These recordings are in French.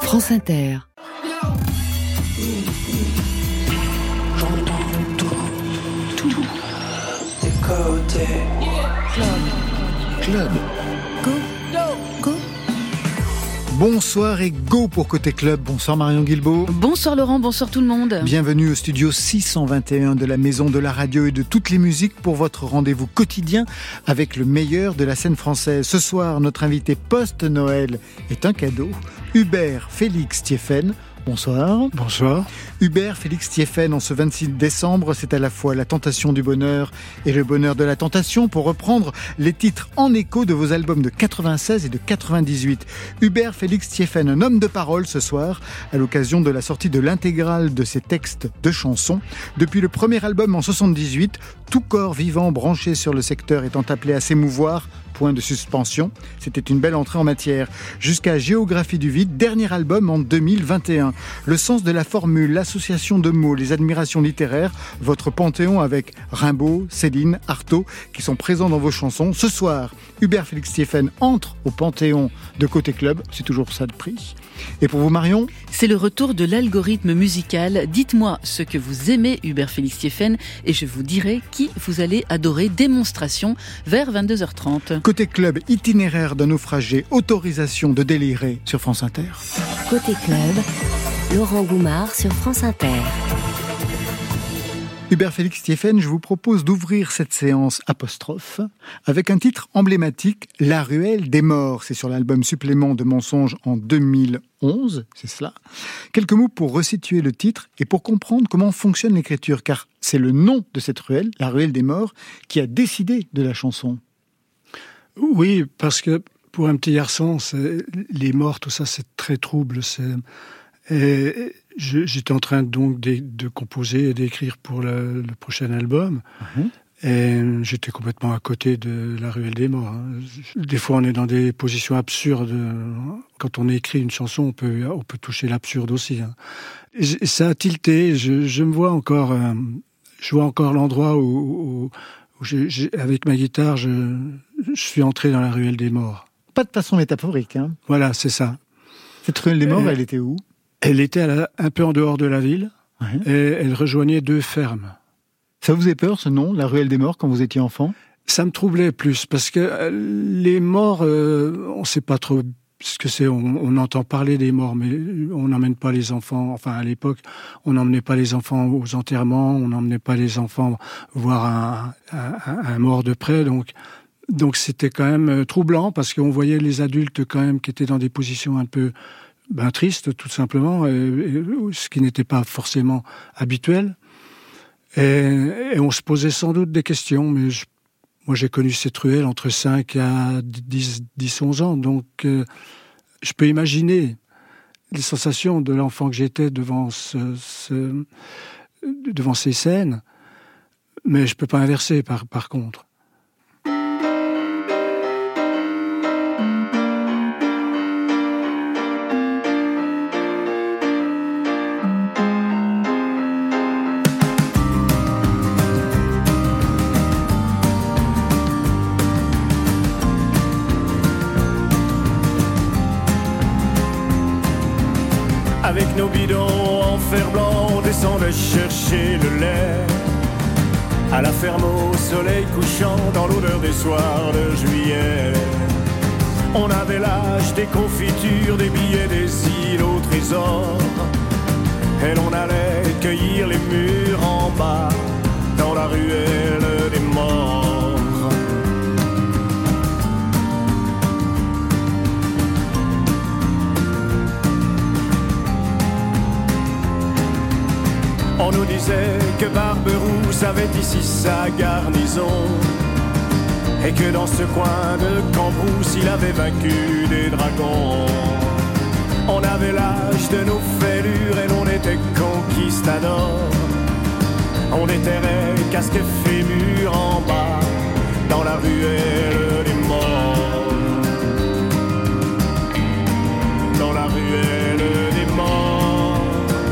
France Inter. J'entends tout des côtés. Club. Go. Bonsoir et go pour Côté Club. Bonsoir Marion Guilbault. Bonsoir Laurent, bonsoir tout le monde. Bienvenue au studio 621 de la Maison de la Radio et de toutes les musiques pour votre rendez-vous quotidien avec le meilleur de la scène française. Ce soir, notre invité post-Noël est un cadeau. Hubert Félix Thieffen. Bonsoir. Bonsoir. Hubert Félix Thieffen, en ce 26 décembre, c'est à la fois la tentation du bonheur et le bonheur de la tentation, pour reprendre les titres en écho de vos albums de 96 et de 98. Hubert Félix Thieffen, un homme de parole ce soir, à l'occasion de la sortie de l'intégrale de ses textes de chansons. Depuis le premier album en 78, tout corps vivant branché sur le secteur étant appelé à s'émouvoir, point de suspension. C'était une belle entrée en matière. Jusqu'à Géographie du vide, dernier album en 2021. Le sens de la formule, l'association de mots, les admirations littéraires, votre panthéon avec Rimbaud, Céline, Artaud, qui sont présents dans vos chansons. Ce soir, Hubert Félix Thieffen entre au panthéon de Côté Club. C'est toujours ça de prix. Et pour vous, Marion ? C'est le retour de l'algorithme musical. Dites-moi ce que vous aimez, Hubert Félix Thieffen, et je vous dirai qui vous allez adorer. Démonstration vers 22h30. Côté Club, itinéraire d'un naufragé, autorisation de délirer sur France Inter. Côté Club, Laurent Goumard sur France Inter. Hubert Félix Thieffen, je vous propose d'ouvrir cette séance apostrophe avec un titre emblématique, La Ruelle des Morts. C'est sur l'album Supplément de mensonges en 2011, c'est cela. Quelques mots pour resituer le titre et pour comprendre comment fonctionne l'écriture, car c'est le nom de cette ruelle, La Ruelle des Morts, qui a décidé de la chanson. Oui, parce que pour un petit garçon, les morts, tout ça, c'est très trouble. Et j'étais en train donc de composer et d'écrire pour le prochain album. Et j'étais complètement à côté de la ruelle des morts. Des fois, on est dans des positions absurdes. Quand on écrit une chanson, on peut toucher l'absurde aussi. Et ça a tilté. Je me vois encore. Je vois encore l'endroit où avec ma guitare, je suis entré dans la ruelle des morts. Pas de façon métaphorique, hein. Voilà, c'est ça. Cette ruelle des morts, elle était où ? Elle était un peu en dehors de la ville, ouais. Et elle rejoignait 2 fermes. Ça vous faisait peur, ce nom, la ruelle des morts, quand vous étiez enfant ? Ça me troublait plus, parce que les morts, on ne sait pas trop ce que c'est. On entend parler des morts, mais on n'emmène pas les enfants. Enfin, à l'époque, on n'emmenait pas les enfants aux enterrements, on n'emmenait pas les enfants voir un mort de près, donc c'était quand même troublant, parce qu'on voyait les adultes quand même qui étaient dans des positions un peu tristes, tout simplement, ce qui n'était pas forcément habituel. Et on se posait sans doute des questions, mais moi j'ai connu cette ruelle entre 5 à 10-11 ans, donc je peux imaginer les sensations de l'enfant que j'étais devant ces scènes, mais je peux pas inverser par contre. Avec nos bidons en fer blanc, on descendait chercher le lait à la ferme au soleil couchant, dans l'odeur des soirs de juillet. On avait l'âge des confitures, des billets, des îles au trésor, et l'on allait cueillir les mûres en bas dans la ruelle des morts. On nous disait que Barberousse avait ici sa garnison, et que dans ce coin de Cambrousse il avait vaincu des dragons. On avait l'âge de nos fêlures et l'on était conquistadors. On déterrait casque et fémur en bas dans la ruelle des morts. Dans la ruelle des morts.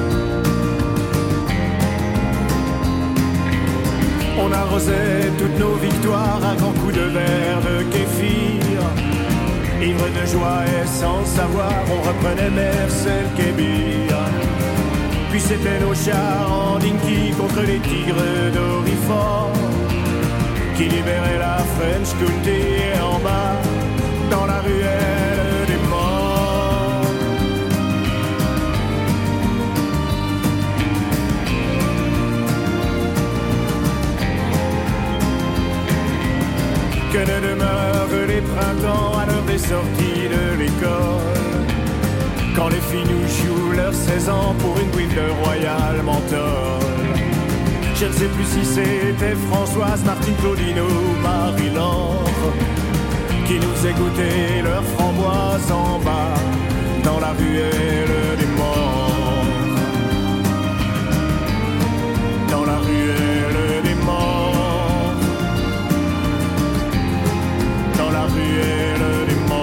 On arrosait toutes nos victoires à grands coups de verre de kéfir, ivre de joie et sans savoir on reprenait Mercel Kébir. Puis c'était nos chars en dinky contre les tigres d'Orifort qui libéraient la French County et en bas dans la ruelle des morts. Que ne demeurent les printemps à l'heure des sorties de l'école, quand les filles nous jouent leurs 16 ans pour une bouille de Royal Menthol. Je ne sais plus si c'était Françoise, Martine, Claudine ou Marie-Laure qui nous faisait goûter leurs framboises en bas dans la ruelle des morts. Dans la ruelle des morts. Dans la ruelle des morts.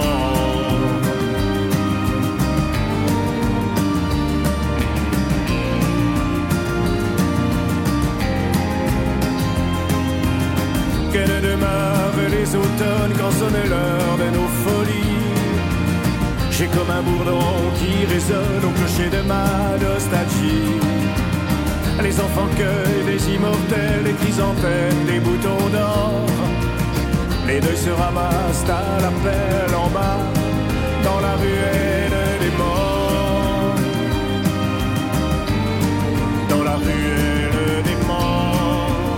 Que ne demeurent les automnes quand sonne l'heure de nos folies. J'ai comme un bourdon qui résonne au clocher de ma nostalgie. Les enfants cueillent des immortels, les chrysanthèmes, les boutons d'or. Les deuils se ramassent à l'appel en bas dans la ruelle des morts. Dans la ruelle des morts.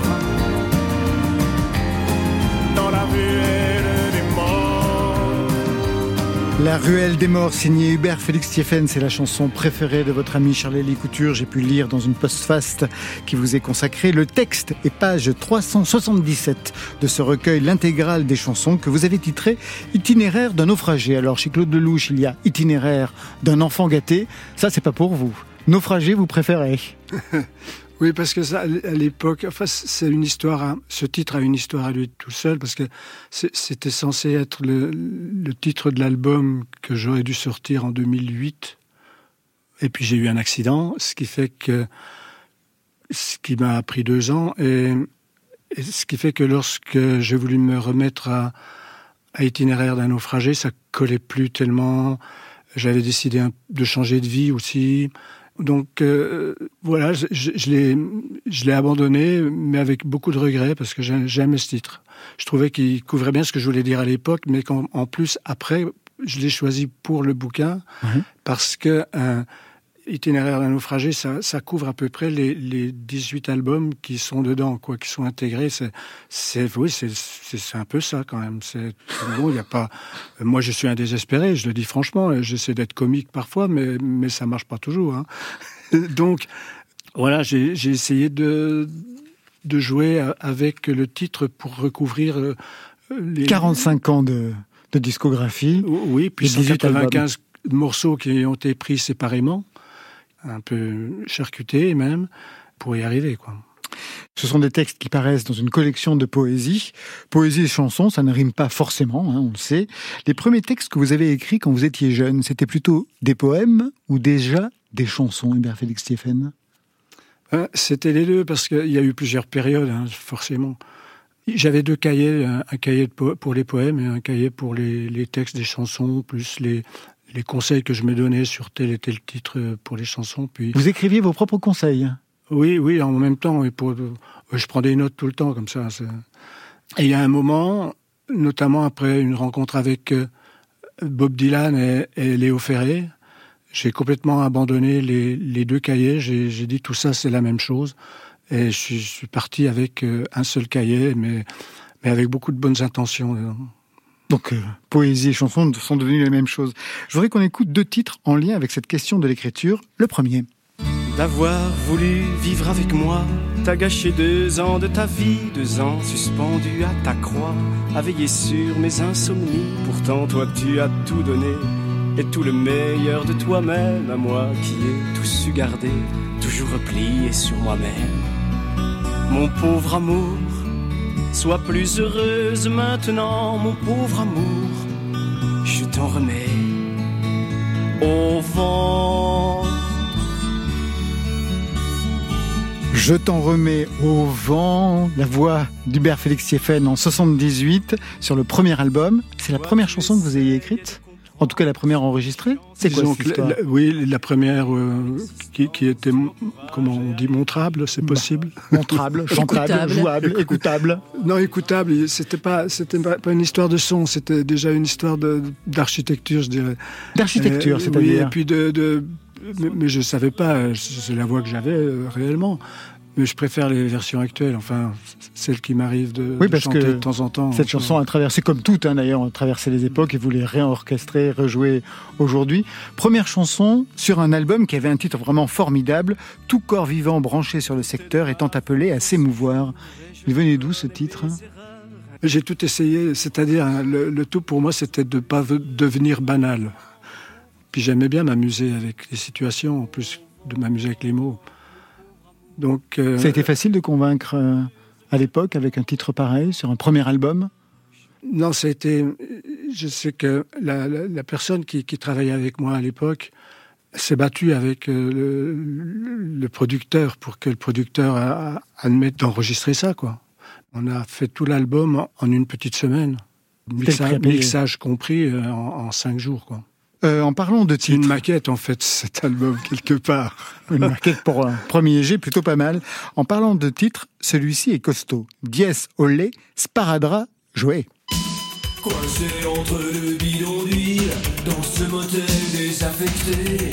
Dans la ruelle des morts. La ruelle des morts, signée Hubert Félix Thiéfaine, c'est la chanson préférée de votre ami Charles-Élie Couture. J'ai pu lire dans une postface qui vous est consacrée. Le texte est page 377 de ce recueil, l'intégrale des chansons que vous avez titré Itinéraire d'un naufragé. Alors chez Claude Lelouch, il y a Itinéraire d'un enfant gâté. Ça, c'est pas pour vous. Naufragé, vous préférez? Oui, parce que ça, à l'époque, enfin, c'est une histoire. Ce titre a une histoire à lui tout seul, parce que c'était censé être le titre de l'album que j'aurais dû sortir en 2008. Et puis j'ai eu un accident, ce qui m'a pris 2 ans, et ce qui fait que lorsque j'ai voulu me remettre à Itinéraire d'un naufragé, ça collait plus tellement. J'avais décidé de changer de vie aussi. Donc voilà, je l'ai abandonné, mais avec beaucoup de regrets, parce que j'aimais ce titre. Je trouvais qu'il couvrait bien ce que je voulais dire à l'époque, mais en plus, après, je l'ai choisi pour le bouquin, parce que Itinéraire d'un naufragé, ça couvre à peu près les 18 albums qui sont dedans, quoi, qui sont intégrés. C'est un peu ça quand même. Bon, y a pas. Moi, je suis un désespéré, je le dis franchement. J'essaie d'être comique parfois, mais ça marche pas toujours. Hein. Donc, voilà, j'ai essayé de jouer avec le titre pour recouvrir les 45 ans de discographie. Oui, puis 195 morceaux qui ont été pris séparément, un peu charcutés même, pour y arriver, quoi. Ce sont des textes qui paraissent dans une collection de poésie. Poésie et chansons, ça ne rime pas forcément, hein, on le sait. Les premiers textes que vous avez écrits quand vous étiez jeune, c'était plutôt des poèmes ou déjà des chansons, Hubert Félix Thiéfaine? C'était les deux, parce qu'il y a eu plusieurs périodes, hein, forcément. J'avais 2 cahiers, un cahier pour les poèmes et un cahier pour les textes des chansons, plus les conseils que je me donnais sur tel et tel titre pour les chansons. Puis... Vous écriviez vos propres conseils? Oui, en même temps. Je prends des notes tout le temps, comme ça. Et il y a un moment, notamment après une rencontre avec Bob Dylan et Léo Ferré, j'ai complètement abandonné les 2 cahiers. J'ai dit tout ça, c'est la même chose. Et je suis parti avec un seul cahier, mais avec beaucoup de bonnes intentions dedans. Donc, poésie et chansons sont devenues les mêmes choses. Je voudrais qu'on écoute 2 titres en lien avec cette question de l'écriture. Le premier. D'avoir voulu vivre avec moi, t'as gâché 2 ans de ta vie, 2 ans suspendus à ta croix, à veiller sur mes insomnies. Pourtant, toi, tu as tout donné, et tout le meilleur de toi-même, à moi qui ai tout su garder, toujours replié sur moi-même. Mon pauvre amour, sois plus heureuse maintenant, mon pauvre amour. Je t'en remets au vent. Je t'en remets au vent. La voix d'Hubert Félix Thiéfaine en 78 sur le premier album. C'est la première chanson que vous ayez écrite? En tout cas, la première enregistrée. C'est quoi cette histoire ? Oui, la première qui était, comment on dit, montrable, c'est possible. Montrable, chantable, jouable, écoutable. Non, écoutable. C'était pas une histoire de son. C'était déjà une histoire d'architecture, je dirais. D'architecture, c'est-à-dire. Oui, et puis mais je savais pas. C'est la voix que j'avais réellement. Mais je préfère les versions actuelles, enfin, celles qui m'arrivent de chanter de temps en temps. Cette chanson a traversé, comme toutes d'ailleurs, a traversé les époques et vous les réorchestrez, rejouer aujourd'hui. Première chanson sur un album qui avait un titre vraiment formidable, Tout corps vivant branché sur le secteur étant appelé à s'émouvoir. Il venait d'où ce titre ? J'ai tout essayé, c'est-à-dire le tout pour moi c'était de ne pas devenir banal. Puis j'aimais bien m'amuser avec les situations, en plus de m'amuser avec les mots. Donc, ça a été facile de convaincre à l'époque avec un titre pareil sur un premier album ? Non, ça a été. Je sais que la personne qui travaillait avec moi à l'époque s'est battue avec le producteur pour que le producteur admette d'enregistrer ça, quoi. On a fait tout l'album en une petite semaine, mixage compris en 5 jours, quoi. En parlant de titres... C'est une maquette, en fait, cet album, quelque part. Une maquette pour un premier jet, plutôt pas mal. En parlant de titres, celui-ci est costaud. Dies Olle, Sparadrap, joué. Coincé entre le bidon d'huile, dans ce motel désaffecté.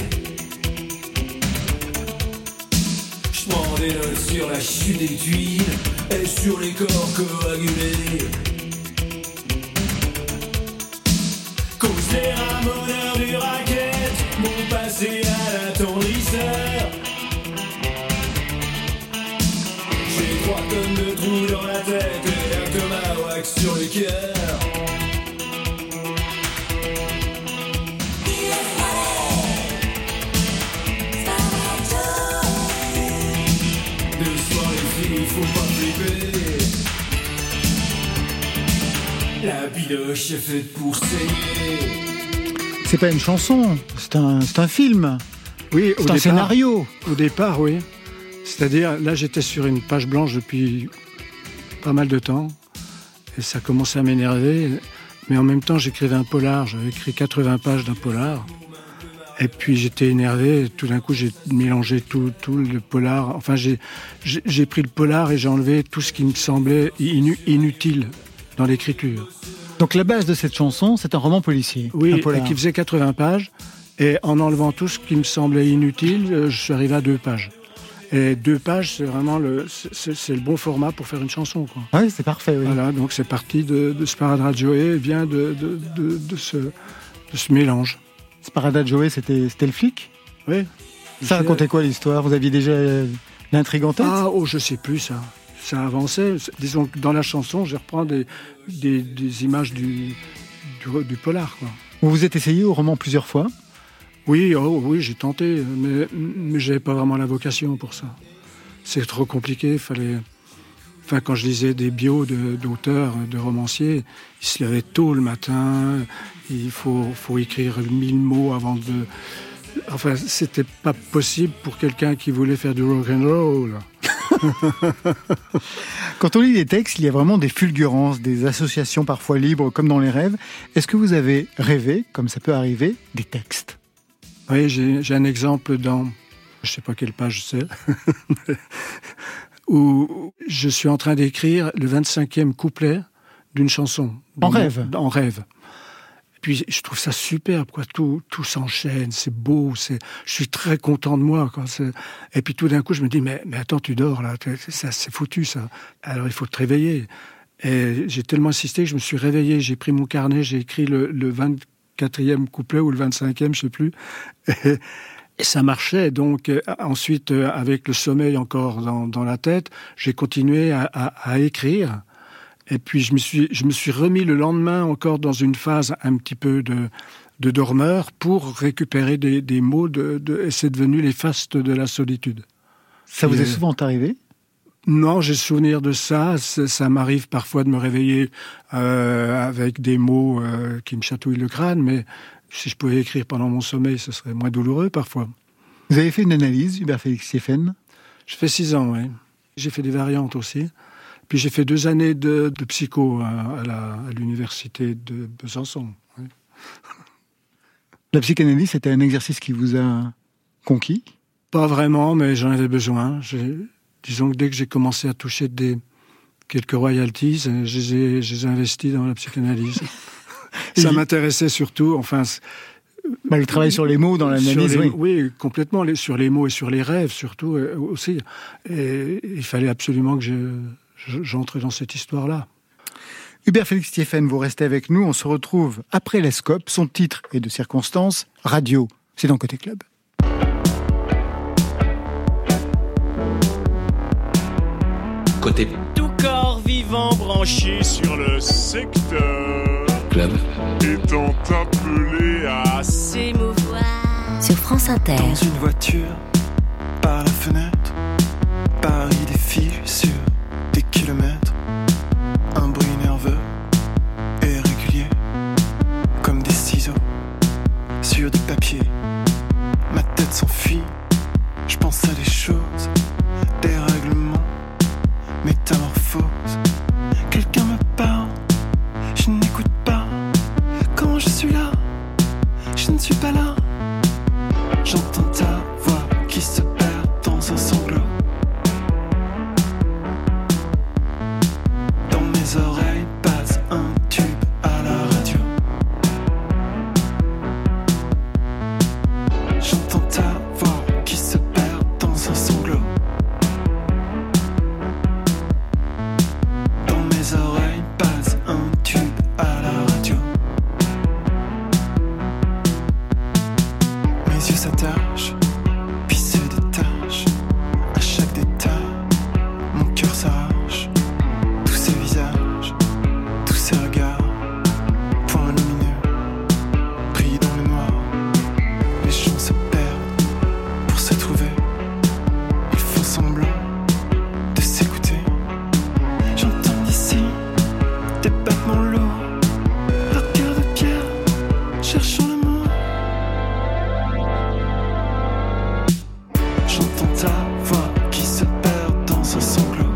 Je prends des notes sur la chute des tuiles et sur les corps coagulés. Cause des ramoneurs du racket m'ont passé à l'attendrisseur. J'ai 3 tonnes de trous dans la tête et un tomahawk sur le cœur. Doucement les filles, faut pas flipper. La bidoche est faite pour saigner. C'est pas une chanson, c'est un film. Oui, c'est un scénario. Au départ, oui. C'est-à-dire, là, j'étais sur une page blanche depuis pas mal de temps. Et ça commençait à m'énerver. Mais en même temps, j'écrivais un polar. J'avais écrit 80 pages d'un polar. Et puis, j'étais énervé. Et tout d'un coup, j'ai mélangé tout le polar. Enfin, j'ai pris le polar et j'ai enlevé tout ce qui me semblait inutile dans l'écriture. Donc la base de cette chanson, c'est un roman policier. Oui, et qui faisait 80 pages. Et en enlevant tout ce qui me semblait inutile, je suis arrivé à 2 pages. Et 2 pages, c'est vraiment c'est le bon format pour faire une chanson, quoi. Oui, c'est parfait. Oui. Voilà, donc c'est parti de Sparadrap Joey, vient de ce mélange. Sparadrap Joey, c'était le flic ? Oui. Ça racontait quoi l'histoire ? Vous aviez déjà l'intrigue en tête ? Je sais plus ça. Ça avançait. Disons que dans la chanson, je reprends des images du polar, quoi. Vous vous êtes essayé au roman plusieurs fois ? Oui, j'ai tenté, mais j'avais pas vraiment la vocation pour ça. C'est trop compliqué, quand je lisais des bios d'auteurs, de romanciers, ils se levaient tôt le matin, il faut écrire 1000 mots avant de... Enfin, c'était pas possible pour quelqu'un qui voulait faire du rock'n'roll. Quand on lit les textes, il y a vraiment des fulgurances, des associations parfois libres, comme dans les rêves. Est-ce que vous avez rêvé, comme ça peut arriver, des textes ? Oui, j'ai un exemple dans, je sais pas quelle page c'est, où je suis en train d'écrire le 25e couplet d'une chanson. En rêve ? En rêve. Puis je trouve ça superbe, quoi. Tout s'enchaîne, c'est beau, je suis très content de moi, quoi. Et puis tout d'un coup, je me dis, mais attends, tu dors, là, ça, c'est foutu, ça. Alors il faut te réveiller. Et j'ai tellement insisté que je me suis réveillé, j'ai pris mon carnet, j'ai écrit le 24e couplet ou le 25e, je sais plus. Et ça marchait. Donc ensuite, avec le sommeil encore dans la tête, j'ai continué à écrire. Et puis je me suis remis le lendemain encore dans une phase un petit peu de dormeur pour récupérer des mots et c'est devenu les fastes de la solitude. Ça vous est souvent arrivé ? Non, j'ai souvenir de ça. Ça m'arrive parfois de me réveiller avec des mots qui me chatouillent le crâne, mais si je pouvais écrire pendant mon sommeil, ce serait moins douloureux parfois. Vous avez fait une analyse, Hubert Félix-Sieffren ? Je fais 6 ans, oui. J'ai fait des variantes aussi. Puis j'ai fait 2 années de psycho à l'université de Besançon. Oui. La psychanalyse, c'était un exercice qui vous a conquis ? Pas vraiment, mais j'en avais besoin. Disons que dès que j'ai commencé à toucher quelques royalties, je les ai investis dans la psychanalyse. Ça m'intéressait surtout, le travail sur les mots dans l'analyse, oui, complètement, sur les mots et sur les rêves surtout aussi. Et il fallait absolument que j'entre dans cette histoire-là. Hubert Félix Thiéfaine, vous restez avec nous. On se retrouve après l'Escope. Son titre est de circonstance, Radio. C'est dans Côté Club. Côté Tout corps vivant branché sur le secteur Club étant appelé à s'émouvoir. Sur France Inter. Dans une voiture, par la fenêtre, Paris défile sur des kilomètres. Un bruit nerveux et régulier, comme des ciseaux sur du papier. Ma tête s'enfuit, je pense à des choses, des règlements, métamorphose. Quelqu'un me parle, je n'écoute pas. Quand je suis là, je ne suis pas là. J'entends ta voix qui se perd dans un sanglot. Dans mes oreilles passe un tube à la radio. J'entends ta voix qui se perd dans un sanglot. Dans mes oreilles passe un tube à la radio. Mes yeux s'attachent, puis se détachent. À chaque détail, mon cœur s'arrache. Tous ces visages, tous ces regards, points lumineux, brillent dans le noir. Les gens se perdent pour se trouver. Ils font semblant de s'écouter. J'entends d'ici des battements lourds, leur cœur de pierre, cherchant le mot. J'entends ta voix qui se perd dans un sanglot.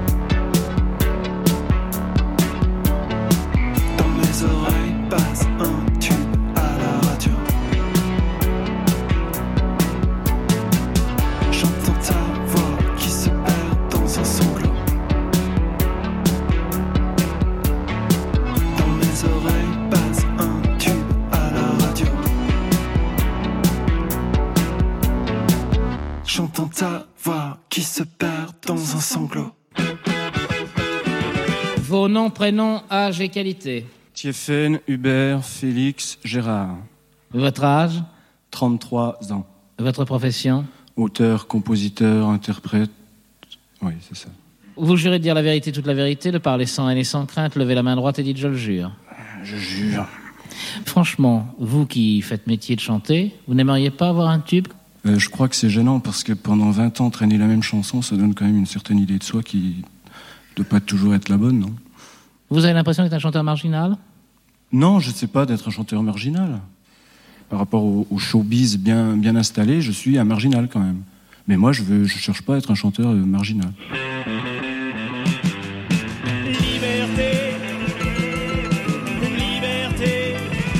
Dans mes oreilles passe un tube à la radio. J'entends ta voix qui se perd dans un sanglot. Dans mes oreilles passe un tube à la radio. J'entends ta voix qui se perd dans un sanglot. Vos noms, prénoms, âge et qualité. Thiéfaine, Hubert, Félix, Gérard. Votre âge, 33 ans. votre profession. Auteur, compositeur, interprète. Oui, c'est ça. Vous jurez de dire la vérité, toute la vérité, de parler sans haine et sans crainte, levez la main droite et dites « je le jure ». Je jure. Franchement, vous qui faites métier de chanter, vous n'aimeriez pas avoir un tube ? Je crois que c'est gênant parce que pendant 20 ans, traîner la même chanson, ça donne quand même une certaine idée de soi qui ne doit pas toujours être la bonne, non ? Vous avez l'impression d'être un chanteur marginal ? Non, je ne sais pas d'être un chanteur marginal. Par rapport au showbiz bien installé, je suis un marginal quand même. Mais moi, je cherche pas à être un chanteur marginal. Liberté, liberté,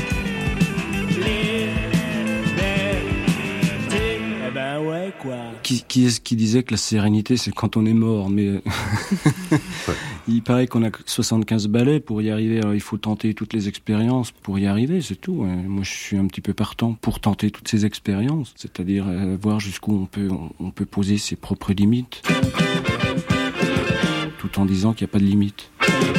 liberté. Eh ben ouais, quoi. Qui est-ce qui disait que la sérénité, c'est quand on est mort ? Mais il paraît qu'on a 75 ballets pour y arriver. Alors il faut tenter toutes les expériences pour y arriver, c'est tout. Moi, je suis un petit peu partant pour tenter toutes ces expériences, c'est-à-dire voir jusqu'où on peut poser ses propres limites, tout en disant qu'il n'y a pas de limite.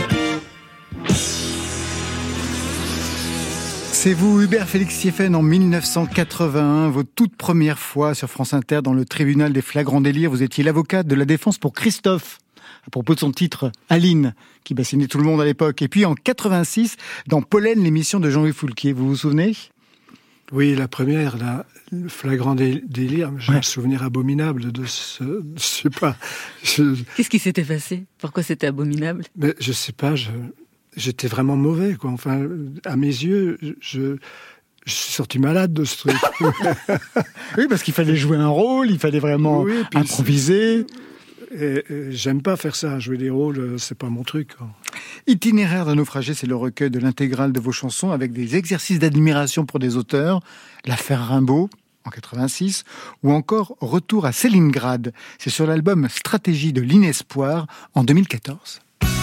C'est vous, Hubert Félix Thiéfaine, en 1981, votre toute première fois sur France Inter dans le tribunal des flagrants délires. Vous étiez l'avocate de la défense pour Christophe, à propos de son titre Aline, qui bassinait tout le monde à l'époque. Et puis en 86, dans Pollen, l'émission de Jean-Louis Foulquier, vous vous souvenez ? Oui, la première, le flagrant délire, j'ai un souvenir abominable de ce... Je sais pas. Qu'est-ce qui s'était passé ? Pourquoi c'était abominable ? Mais je sais pas, j'étais vraiment mauvais, quoi. Enfin, à mes yeux, je suis sorti malade de ce truc. Oui, parce qu'il fallait jouer un rôle, il fallait vraiment improviser. Et j'aime pas faire ça, jouer des rôles, c'est pas mon truc, quoi. Itinéraire d'un naufragé, c'est le recueil de l'intégrale de vos chansons avec des exercices d'admiration pour des auteurs. L'affaire Rimbaud, en 86, ou encore Retour à Stalingrad. C'est sur l'album Stratégie de l'Inespoir, en 2014.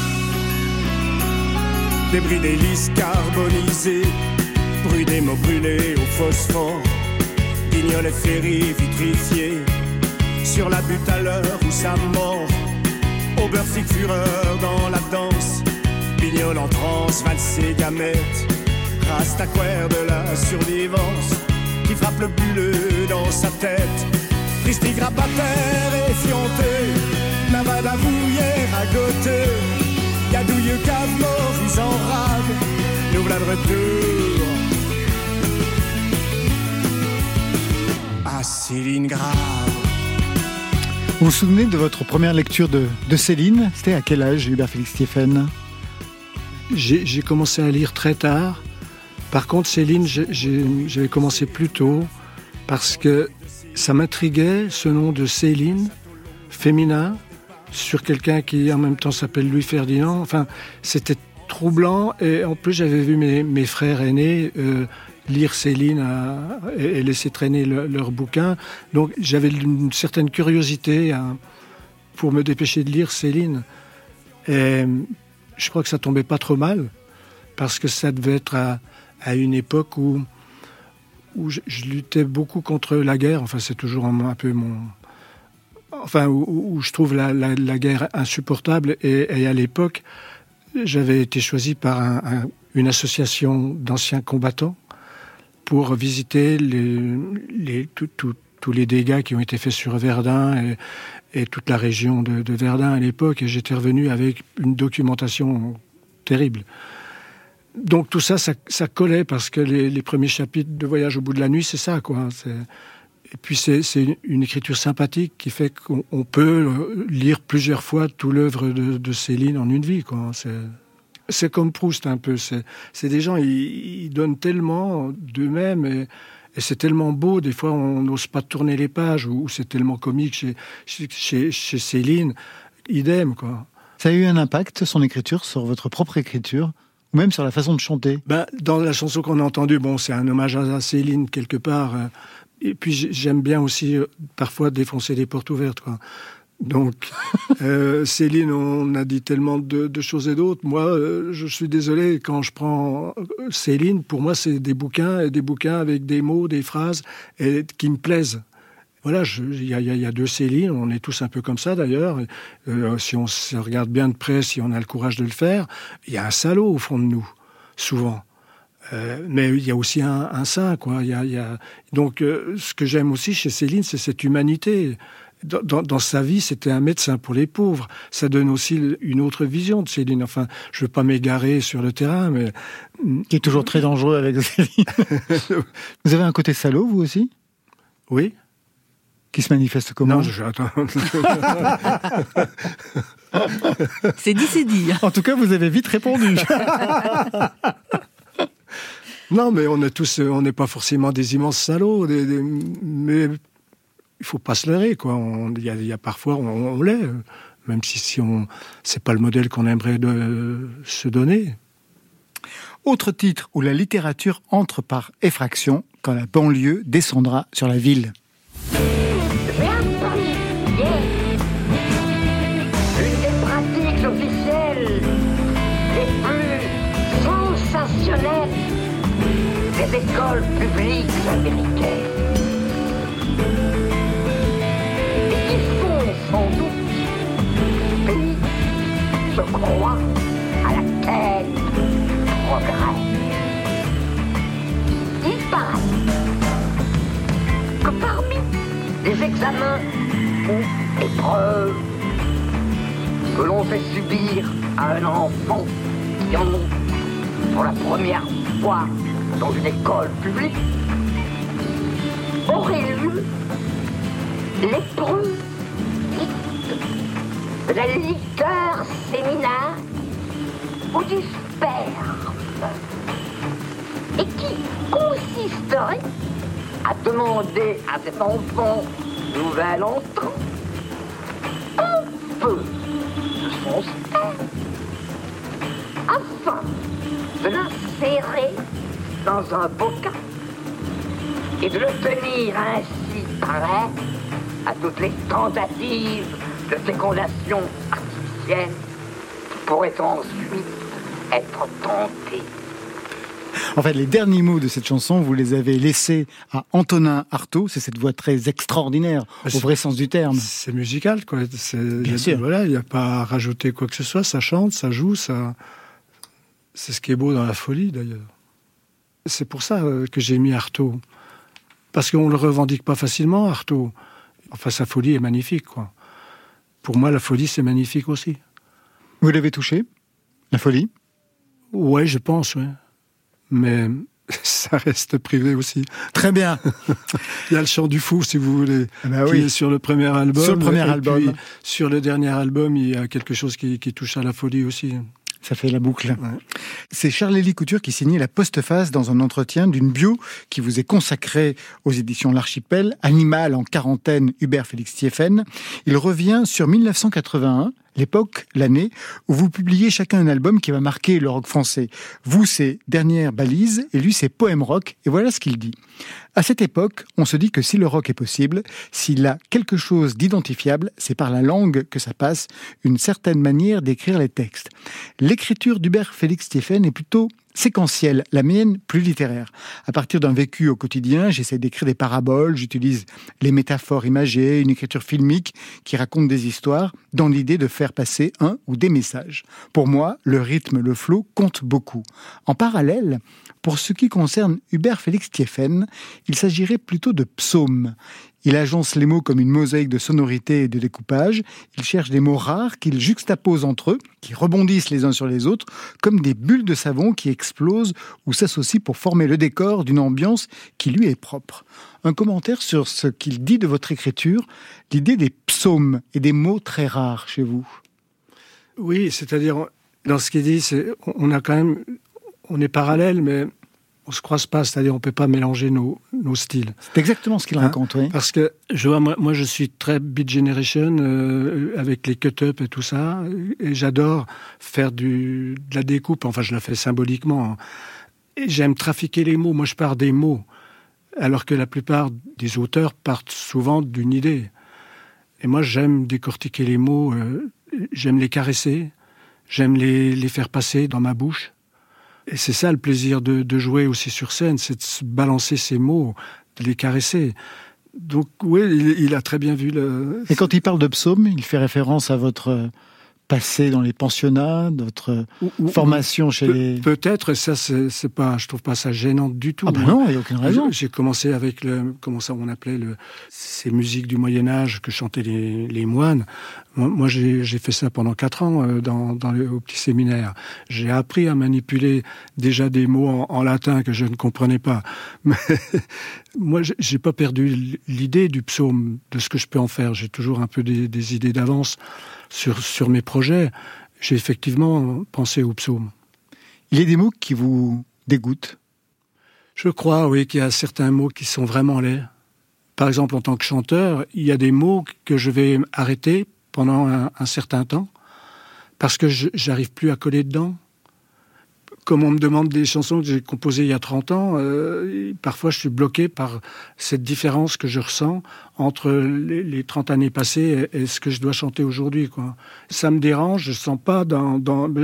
Débris d'hélices carbonisés, bruit des mots brûlés au phosphore, guignol et ferry vitrifiés, sur la butte à l'heure où sa mort, Obersieg fureur dans la danse, Bignol en transe, valsé gamète, Rastaquaire de la survivance, qui frappe le bulleux dans sa tête, Christy grabataire effionté, Navada vouillère à côté, Gadouilleux cave Maurice en rade, nous voilà de retour à Stalingrad. Vous vous souvenez de votre première lecture de Céline ? C'était à quel âge, Hubert Félix-Stéphane ? J'ai commencé à lire très tard. Par contre, Céline, j'avais commencé plus tôt parce que ça m'intriguait, ce nom de Céline, féminin, sur quelqu'un qui en même temps s'appelle Louis Ferdinand. Enfin, c'était troublant et en plus j'avais vu mes frères aînés lire Céline et laisser traîner leurs bouquins. Donc j'avais une certaine curiosité pour me dépêcher de lire Céline. Et je crois que ça tombait pas trop mal parce que ça devait être à une époque où je luttais beaucoup contre la guerre. Enfin, c'est toujours un peu mon... Enfin, où je trouve la guerre insupportable. Et à l'époque, j'avais été choisi par une association d'anciens combattants pour visiter tous les dégâts qui ont été faits sur Verdun et toute la région de Verdun à l'époque. Et j'étais revenu avec une documentation terrible. Donc tout ça collait parce que les premiers chapitres de Voyage au bout de la nuit, c'est ça, quoi. Et puis c'est une écriture sympathique qui fait qu'on peut lire plusieurs fois tout l'œuvre de Céline en une vie, quoi. C'est comme Proust un peu. C'est des gens, ils donnent tellement d'eux-mêmes et c'est tellement beau. Des fois, on n'ose pas tourner les pages ou c'est tellement comique chez Céline. Idem, quoi. Ça a eu un impact, son écriture, sur votre propre écriture ou même sur la façon de chanter? Dans la chanson qu'on a entendue, c'est un hommage à Céline quelque part. Et puis j'aime bien aussi parfois défoncer des portes ouvertes, quoi. Donc Céline, on a dit tellement de choses et d'autres. Moi, je suis désolé, quand je prends Céline, pour moi c'est des bouquins avec des mots, des phrases qui me plaisent. Voilà, il y a deux Céline, on est tous un peu comme ça d'ailleurs. Si on se regarde bien de près, si on a le courage de le faire, il y a un salaud au fond de nous, souvent. Mais il y a aussi un saint, quoi. Donc, ce que j'aime aussi chez Céline, c'est cette humanité. Dans sa vie, c'était un médecin pour les pauvres. Ça donne aussi une autre vision de Céline. Enfin, je veux pas m'égarer sur le terrain, mais... Qui est toujours très dangereux avec Céline. Vous avez un côté salaud, vous aussi ? Oui. Qui se manifeste comment ? Non, attends. C'est dit. En tout cas, vous avez vite répondu. Non, mais on n'est pas forcément des immenses salauds, mais il faut pas se leurrer, quoi. Il y a parfois, on l'est, même si c'est pas le modèle qu'on aimerait se donner. Autre titre où la littérature entre par effraction, quand la banlieue descendra sur la ville. Une des pratiques officielles les plus sensationnelles des écoles publiques américaines et qui font sans doute pays se croient à la quête du progrès. Il paraît que parmi les examens ou épreuves que l'on fait subir à un enfant qui en ont pour la première fois dans une école publique, aurait lieu l'épreuve de la liqueur séminale ou du sperme, et qui consisterait à demander à cet enfant nouvel entrant un peu de son sperme. afin de l'insérer dans un bocal et de le tenir ainsi prêt à toutes les tentatives de fécondation artificielle qui pourraient ensuite être tentées. En fait, les derniers mots de cette chanson, vous les avez laissés à Antonin Artaud. C'est cette voix très extraordinaire, au vrai sens du terme. C'est musical, quoi. Bien sûr. Voilà, il n'y a pas à rajouter quoi que ce soit. Ça chante, ça joue, ça... C'est ce qui est beau dans la folie, d'ailleurs. C'est pour ça que j'ai mis Artaud. Parce qu'on ne le revendique pas facilement, Artaud. Enfin, sa folie est magnifique, quoi. Pour moi, la folie, c'est magnifique aussi. Vous l'avez touché, la folie ? Ouais, je pense, oui. Mais ça reste privé aussi. Très bien. Il y a le chant du fou, si vous voulez, qui est sur le premier album. Sur le premier album. Puis, sur le dernier album, il y a quelque chose qui touche à la folie aussi. Ça fait la boucle. Ouais. C'est Charles-Élie Couture qui signait la postface dans un entretien d'une bio qui vous est consacrée aux éditions L'Archipel, Animal en quarantaine, Hubert Félix Thiéphenne. Il revient sur 1981, l'époque, l'année, où vous publiez chacun un album qui va marquer le rock français. Vous, c'est Dernière balise, et lui, c'est Poème rock. Et voilà ce qu'il dit. À cette époque, on se dit que si le rock est possible, s'il a quelque chose d'identifiable, c'est par la langue que ça passe, une certaine manière d'écrire les textes. L'écriture d'Hubert Félix Thiéphenne est plutôt séquentielle, la mienne plus littéraire. À partir d'un vécu au quotidien, j'essaie d'écrire des paraboles, j'utilise les métaphores imagées, une écriture filmique qui raconte des histoires, dans l'idée de faire passer un ou des messages. Pour moi, le rythme, le flow comptent beaucoup. En parallèle, pour ce qui concerne Hubert Félix Thiéphenne, il s'agirait plutôt de psaumes. Il agence les mots comme une mosaïque de sonorités et de découpage. Il cherche des mots rares qu'il juxtapose entre eux, qui rebondissent les uns sur les autres, comme des bulles de savon qui explosent ou s'associent pour former le décor d'une ambiance qui lui est propre. Un commentaire sur ce qu'il dit de votre écriture, l'idée des psaumes et des mots très rares chez vous. Oui, c'est-à-dire, dans ce qu'il dit, on est parallèles, mais on se croise pas, c'est-à-dire on peut pas mélanger nos styles. C'est exactement ce qu'il raconte, oui. Parce que je vois, moi je suis très Beat Generation avec les cut-up et tout ça, et j'adore faire de la découpe. Enfin, je la fais symboliquement. Et j'aime trafiquer les mots. Moi, je pars des mots, alors que la plupart des auteurs partent souvent d'une idée. Et moi, j'aime décortiquer les mots. J'aime les caresser. J'aime les faire passer dans ma bouche. Et c'est ça le plaisir de jouer aussi sur scène, c'est de se balancer ces mots, de les caresser. Donc oui, il a très bien vu le... Et quand il parle de psaume, il fait référence à votre passé dans les pensionnats, votre formation chez les... Peut-être, ça c'est pas, je trouve pas ça gênant du tout. Ah ben non, il n'y a aucune raison. J'ai commencé avec comment ça on appelait ces musiques du Moyen-Âge que chantaient les moines. Moi j'ai fait ça pendant 4 ans au petit séminaire. J'ai appris à manipuler déjà des mots en latin que je ne comprenais pas. Mais moi j'ai pas perdu l'idée du psaume, de ce que je peux en faire. J'ai toujours un peu des idées d'avance sur mes projets. J'ai effectivement pensé au psaume. Il y a des mots qui vous dégoûtent? Je crois, oui, qu'il y a certains mots qui sont vraiment laids. Par exemple, en tant que chanteur, il y a des mots que je vais arrêter pendant un certain temps parce que j'arrive plus à coller dedans. Comme on me demande des chansons que j'ai composées il y a 30 ans, parfois je suis bloqué par cette différence que je ressens entre les 30 années passées et ce que je dois chanter aujourd'hui, quoi. Ça me dérange, je les sens pas dans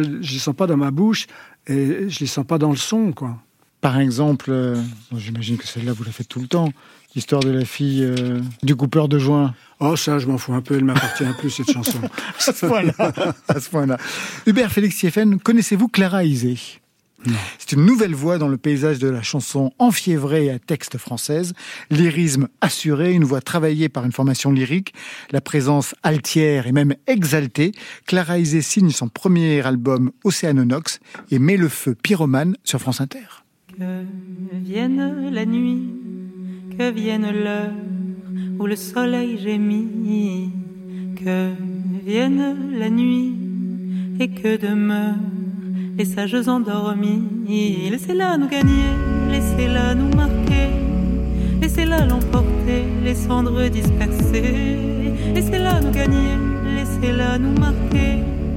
ma bouche et je les sens pas dans le son, quoi. Par exemple, j'imagine que celle-là vous la faites tout le temps, l'histoire de la fille du coupeur de joint. Oh, ça, je m'en fous un peu, elle m'appartient plus, cette chanson. À ce point-là. Hubert Félix Thiéphenne, connaissez-vous Clara Isé ? Non. C'est une nouvelle voix dans le paysage de la chanson enfiévrée à texte française. Lyrisme assuré, une voix travaillée par une formation lyrique, la présence altière et même exaltée. Clara Isé signe son premier album Océanonox et met le feu pyromane sur France Inter. Que vienne la nuit, que vienne l'heure où le soleil gémit, que vienne la nuit et que demeure les sages endormis. Laissez-la nous gagner, laissez-la nous marquer, laissez-la l'emporter, les cendres dispersées. Laissez-la nous gagner, laissez-la nous marquer,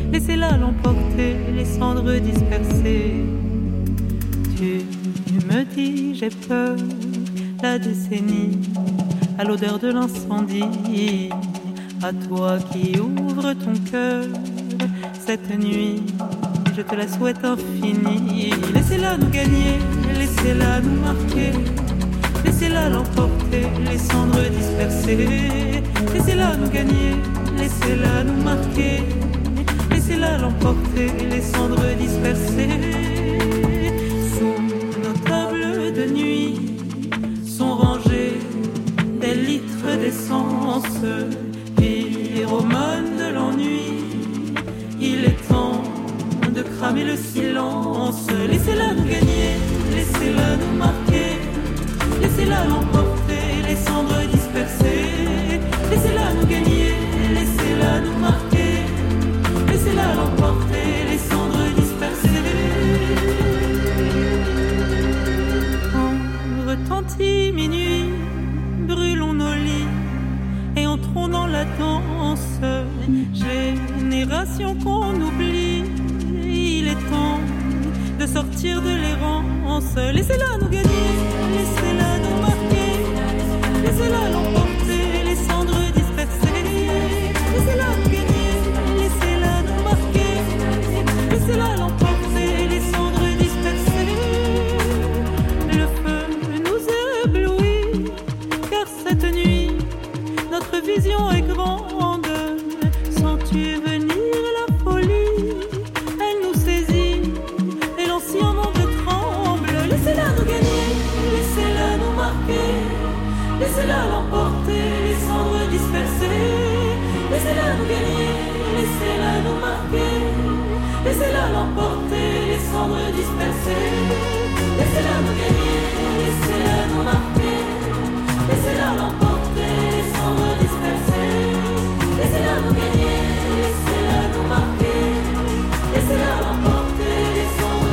laissez-la l'emporter, les cendres dispersées. Tu me dis j'ai peur, la décennie, à l'odeur de l'incendie, à toi qui ouvres ton cœur, cette nuit, je te la souhaite infinie. Laissez-la nous gagner, laissez-la nous marquer, laissez-la l'emporter, les cendres dispersées. Laissez-la nous gagner, laissez-la nous marquer, laissez-la l'emporter, les cendres dispersées. Sous nos tables de nuit sont rangés des litres d'essence, pyromane de l'ennui. Il est temps de cramer le silence. Laissez-la nous gagner, laissez-la nous marquer, laissez-la l'emporter, les cendres dispersées. Laissez-la nous gagner, laissez-la nous marquer, laissez-la l'emporter, les cendres dispersées. Quand retentit minuit, brûlons nos lits et entrons dans la danse. Génération qu'on oublie, il est temps de sortir de l'errance. Laissez-la nous gagner, laissez-la nous marquer, laissez-la l'emporter, les cendres dispersées. Laissez-la nous gagner, laissez-la nous marquer, laissez-la l'emporter, les cendres dispersées. Le feu nous éblouit, car cette nuit, notre vision est grande. Sens-tu venir la folie? Elle nous saisit, et l'ancien monde tremble. Laissez-la nous gagner, laissez-la nous marquer, laissez-la l'emporter, les cendres dispersées. Laissez-la nous gagner, laissez-la nous marquer, laissez-la l'emporter, les cendres dispersées. Laissez-la nous gagner, laissez-la nous marquer, laissez-la l'emporter, les cendres dispersées. Laissez-la nous gagner, laissez-la nous marquer, laissez-la l'emporter, les cendres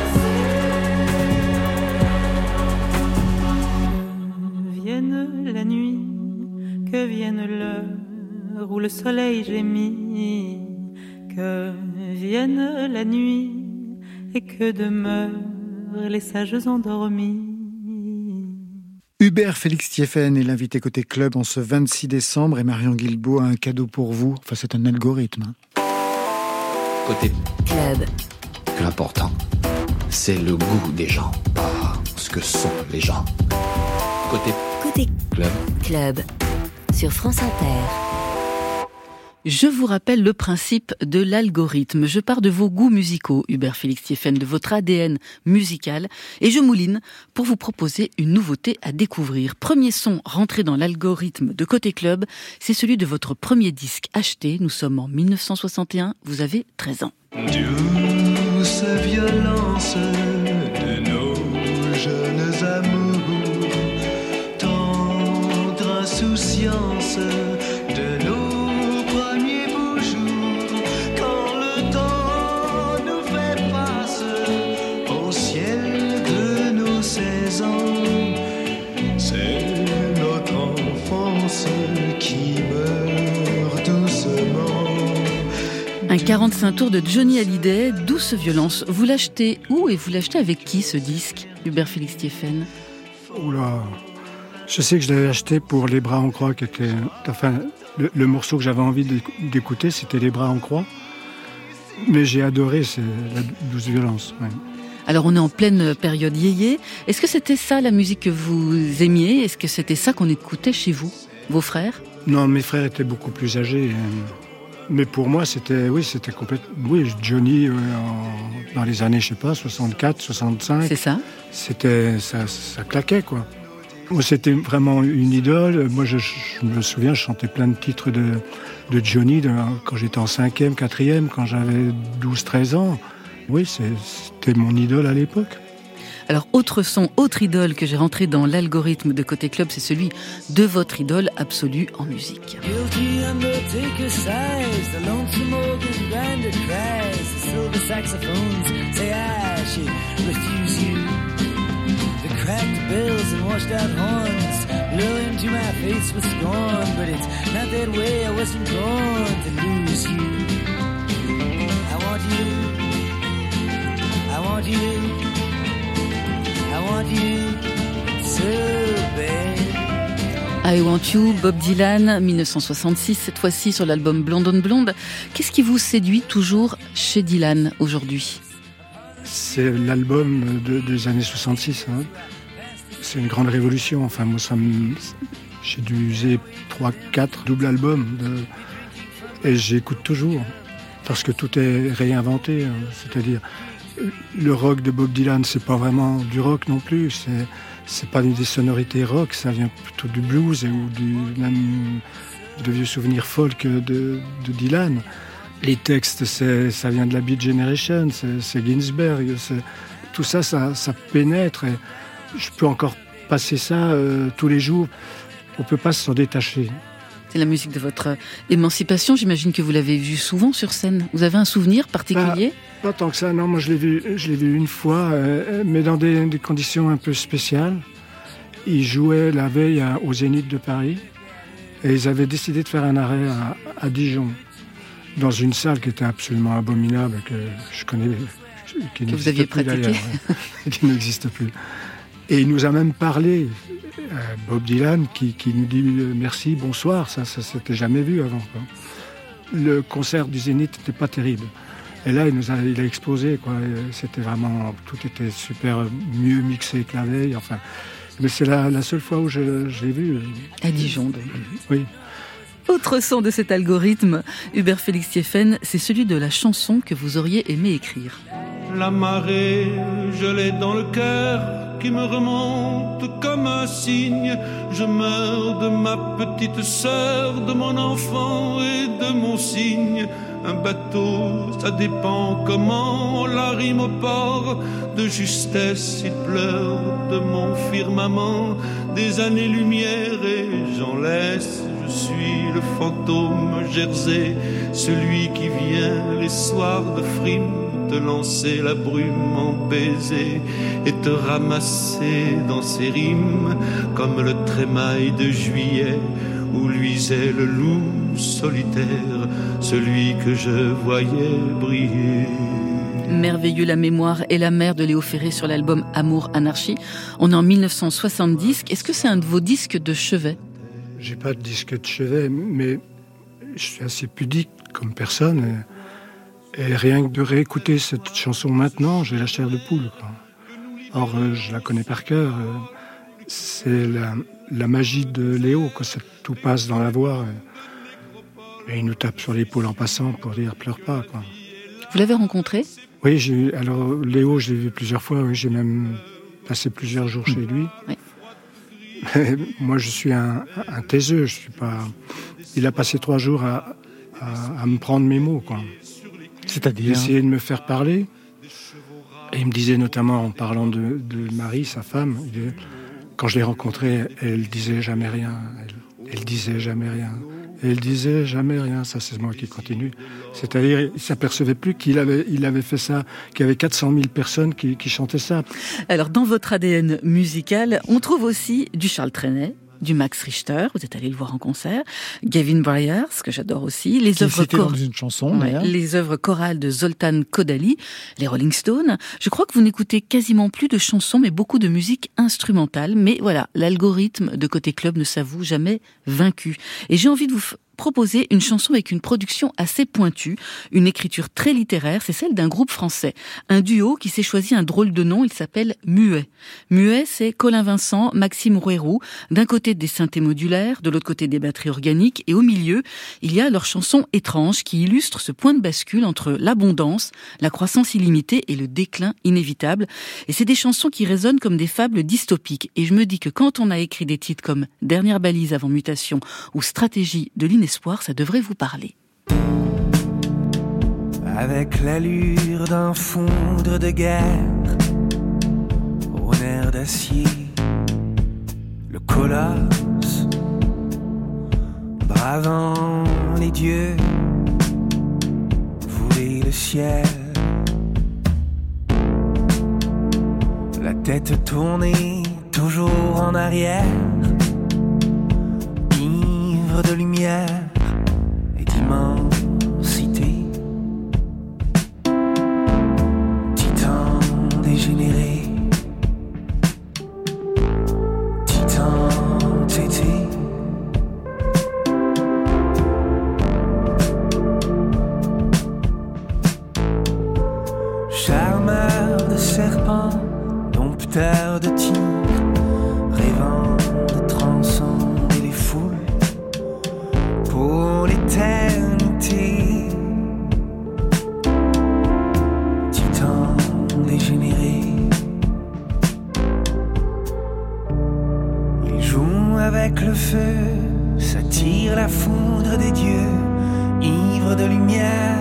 dispersées. Que vienne la nuit, que vienne l'heure où le soleil gémit, que vienne la nuit et que demeurent les sages endormis. Hubert Félix Thieffen est l'invité côté club en ce 26 décembre et Marion Guilbault a un cadeau pour vous. Enfin, c'est un algorithme. Côté club. L'important, c'est le goût des gens, pas ce que sont les gens. Côté club. Sur France Inter. Je vous rappelle le principe de l'algorithme. Je pars de vos goûts musicaux, Hubert Félix Thieffen, de votre ADN musical, et je mouline pour vous proposer une nouveauté à découvrir. Premier son rentré dans l'algorithme de Côté Club, c'est celui de votre premier disque acheté. Nous sommes en 1961, vous avez 13 ans. Douce violence de nos jeunes amours, tendre insouciance de nos premiers beaux jours, quand le temps nous fait face au ciel de nos 16 ans. C'est notre enfance qui meurt doucement. Un 45 tours de Johnny Hallyday, Douce violence. Vous l'achetez où et vous l'achetez avec qui ce disque, Hubert Félix Thieffen? Oula, je sais que je l'avais acheté pour Les Bras en Croix, qui était, enfin, le morceau que j'avais envie d'écouter, c'était Les Bras en Croix. Mais j'ai adoré, c'est la Douce violence. Ouais. Alors on est en pleine période yéyé. Est-ce que c'était ça la musique que vous aimiez? Est-ce que c'était ça qu'on écoutait chez vous, vos frères? Non, mes frères étaient beaucoup plus âgés. Mais pour moi, c'était complètement... Oui, Johnny, dans les années, je sais pas, 64, 65. C'est ça. Ça claquait, quoi. C'était vraiment une idole. Moi, je me souviens, je chantais plein de titres de Johnny quand j'étais en 5e, 4e, quand j'avais 12-13 ans. Oui, c'était mon idole à l'époque. Alors, autre son, autre idole que j'ai rentré dans l'algorithme de Côté Club, c'est celui de votre idole absolue en musique. Guilty undertaker sighs, the lonesome organ grinder cries, the silver saxophones say I should refuse you. The cracked bells and washed out horns blow into my face with scorn, but it's not that way, I wasn't born to lose you. want you, I want you, I want you so bad. I Want You, Bob Dylan, 1966, cette fois-ci sur l'album Blonde on Blonde. Qu'est-ce qui vous séduit toujours chez Dylan aujourd'hui ? C'est l'album des années 66. Hein. C'est une grande révolution. Enfin, moi, j'ai dû user 3-4 doubles albums et j'écoute toujours parce que tout est réinventé. Hein. C'est-à-dire, le rock de Bob Dylan, c'est pas vraiment du rock non plus. C'est pas des sonorités rock, ça vient plutôt du blues ou même de vieux souvenirs folk de Dylan. Les textes, ça vient de la Beat Generation, c'est Ginsberg, tout ça pénètre. Et je peux encore passer ça tous les jours. On peut pas s'en détacher. C'est la musique de votre émancipation. J'imagine que vous l'avez vu souvent sur scène. Vous avez un souvenir particulier ? Pas tant que ça, non. Moi, je l'ai vu une fois, mais dans des conditions un peu spéciales. Ils jouaient la veille au Zénith de Paris et ils avaient décidé de faire un arrêt à Dijon, dans une salle qui était absolument abominable, que je connais, qui que vous aviez pratiqué, qui n'existe plus. Et il nous a même parlé, Bob Dylan, qui nous dit merci, bonsoir, ça s'était jamais vu avant, quoi. Le concert du Zénith n'était pas terrible. Et là, il a explosé, quoi. C'était vraiment, tout était super mieux mixé que la veille. Enfin, mais c'est la seule fois où je l'ai vu. À Dijon, donc. Oui. Autre son de cet algorithme, Hubert Félix-Thiéfaine, c'est celui de la chanson que vous auriez aimé écrire. La marée, je l'ai dans le cœur, qui me remonte comme un cygne. Je meurs de ma petite sœur, de mon enfant et de mon cygne. Un bateau, ça dépend comment on l'arrime au port. De justesse, il pleure de mon firmament. Des années-lumière et j'en laisse. Je suis le fantôme Jersey, celui qui vient les soirs de frime te lancer la brume en baiser et te ramasser dans ses rimes comme le trémail de juillet où luisait le loup solitaire, celui que je voyais briller. Merveilleux La mémoire et la mer de Léo Ferré sur l'album Amour Anarchie. On est en 1970. Est-ce que c'est un de vos disques de chevet ? J'ai pas de disque de chevet, mais je suis assez pudique comme personne. Et rien que de réécouter cette chanson maintenant, j'ai la chair de poule, quoi. Or, je la connais par cœur. C'est la magie de Léo, que tout passe dans la voix. Et il nous tape sur l'épaule en passant pour dire « pleure pas ». Quoi. Vous l'avez rencontré ? Oui, alors Léo, je l'ai vu plusieurs fois. Oui, j'ai même passé plusieurs jours chez lui. Oui. Moi, je suis un taiseux. Je suis pas. Il a passé 3 jours à me prendre mes mots, quoi. C'est-à-dire ? Il essayait de me faire parler. Et il me disait notamment, en parlant de Marie, sa femme, quand je l'ai rencontrée, elle disait jamais rien. Elle disait jamais rien. Elle disait jamais rien. Ça, c'est moi qui continue. C'est-à-dire, il ne s'apercevait plus qu'il avait fait ça, qu'il y avait 400 000 personnes qui chantaient ça. Alors, dans votre ADN musical, on trouve aussi du Charles Trenet, du Max Richter, vous êtes allé le voir en concert, Gavin Bryars, que j'adore aussi, les œuvres chorales de Zoltán Kodály, les Rolling Stones. Je crois que vous n'écoutez quasiment plus de chansons, mais beaucoup de musique instrumentale. Mais voilà, l'algorithme de Côté Club ne s'avoue jamais vaincu. Et j'ai envie de vous proposer une chanson avec une production assez pointue, une écriture très littéraire, c'est celle d'un groupe français. Un duo qui s'est choisi un drôle de nom, il s'appelle Muet. Muet, c'est Colin Vincent, Maxime Rouérou, d'un côté des synthés modulaires, de l'autre côté des batteries organiques, et au milieu, il y a leur chanson étrange qui illustre ce point de bascule entre l'abondance, la croissance illimitée et le déclin inévitable. Et c'est des chansons qui résonnent comme des fables dystopiques. Et je me dis que quand on a écrit des titres comme Dernière balise avant mutation ou Stratégie de l'inespoir, ça devrait vous parler. Avec l'allure d'un fondre de guerre, au nerf d'acier, le colosse, bravant les dieux, voulait le ciel, la tête tournée toujours en arrière, ivre de lumière et d'immensité. tire la foudre des dieux, ivre de lumière,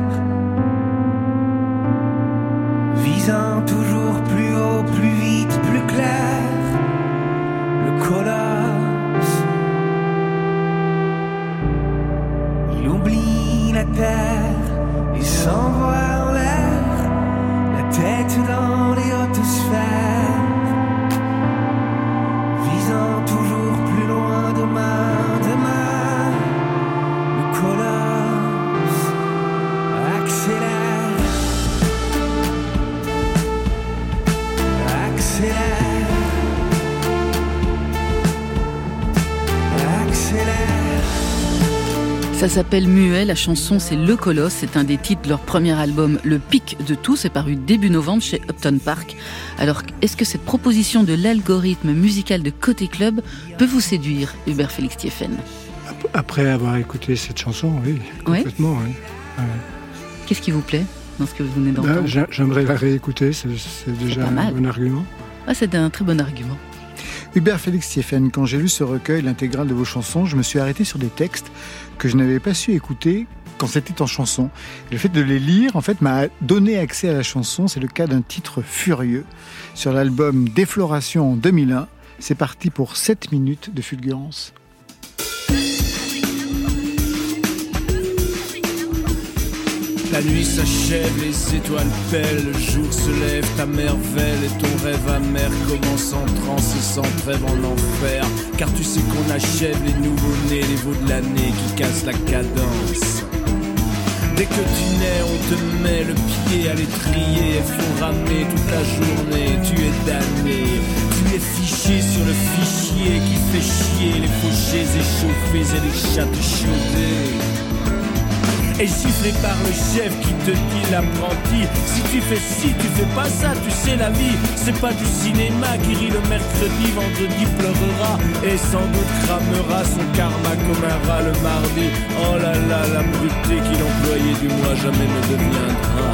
visant toujours plus haut, plus vite, plus clair, le colosse. Il oublie la terre et s'envoie en l'air, la tête dans les hautes sphères, visant toujours plus loin demain, demain, le colosse accélère, accélère, accélère. Ça s'appelle Muet, la chanson c'est Le Colosse, c'est un des titres de leur premier album Le Pic de Tout, c'est paru début novembre chez Upton Park. Alors, est-ce que cette proposition de l'algorithme musical de Côté Club peut vous séduire, Hubert Félix Thieffen ? Après avoir écouté cette chanson, oui, complètement. Oui. Ouais. Qu'est-ce qui vous plaît dans ce que vous venez d'entendre ? J'aimerais la réécouter, c'est déjà un bon argument. Ah, c'est un très bon argument. Hubert Félix Thieffen, quand j'ai lu ce recueil, l'intégrale de vos chansons, je me suis arrêté sur des textes que je n'avais pas su écouter quand c'était en chanson. Et le fait de les lire, en fait, m'a donné accès à la chanson. C'est le cas d'un titre furieux sur l'album Défloration en 2001. C'est parti pour 7 minutes de fulgurance. La nuit s'achève, les étoiles pèlent, le jour se lève, ta merveille et ton rêve amer commence en transe et sans trêve en enfer. Car tu sais qu'on achève les nouveaux-nés, les veaux de l'année qui cassent la cadence. Dès que tu nais, on te met le pied à l'étrier, faut ramer toute la journée, tu es damné. Tu es fiché sur le fichier qui fait chier les fauchés échauffés et les chattes chaudées. Et giflé par le chef qui te dit l'apprenti, si tu fais ci, tu fais pas ça, tu sais la vie, c'est pas du cinéma qui rit le mercredi, vendredi pleurera et sans doute cramera son karma comme un rat le mardi. Oh là là, la brutalité qu'il employait du mois jamais ne deviendra.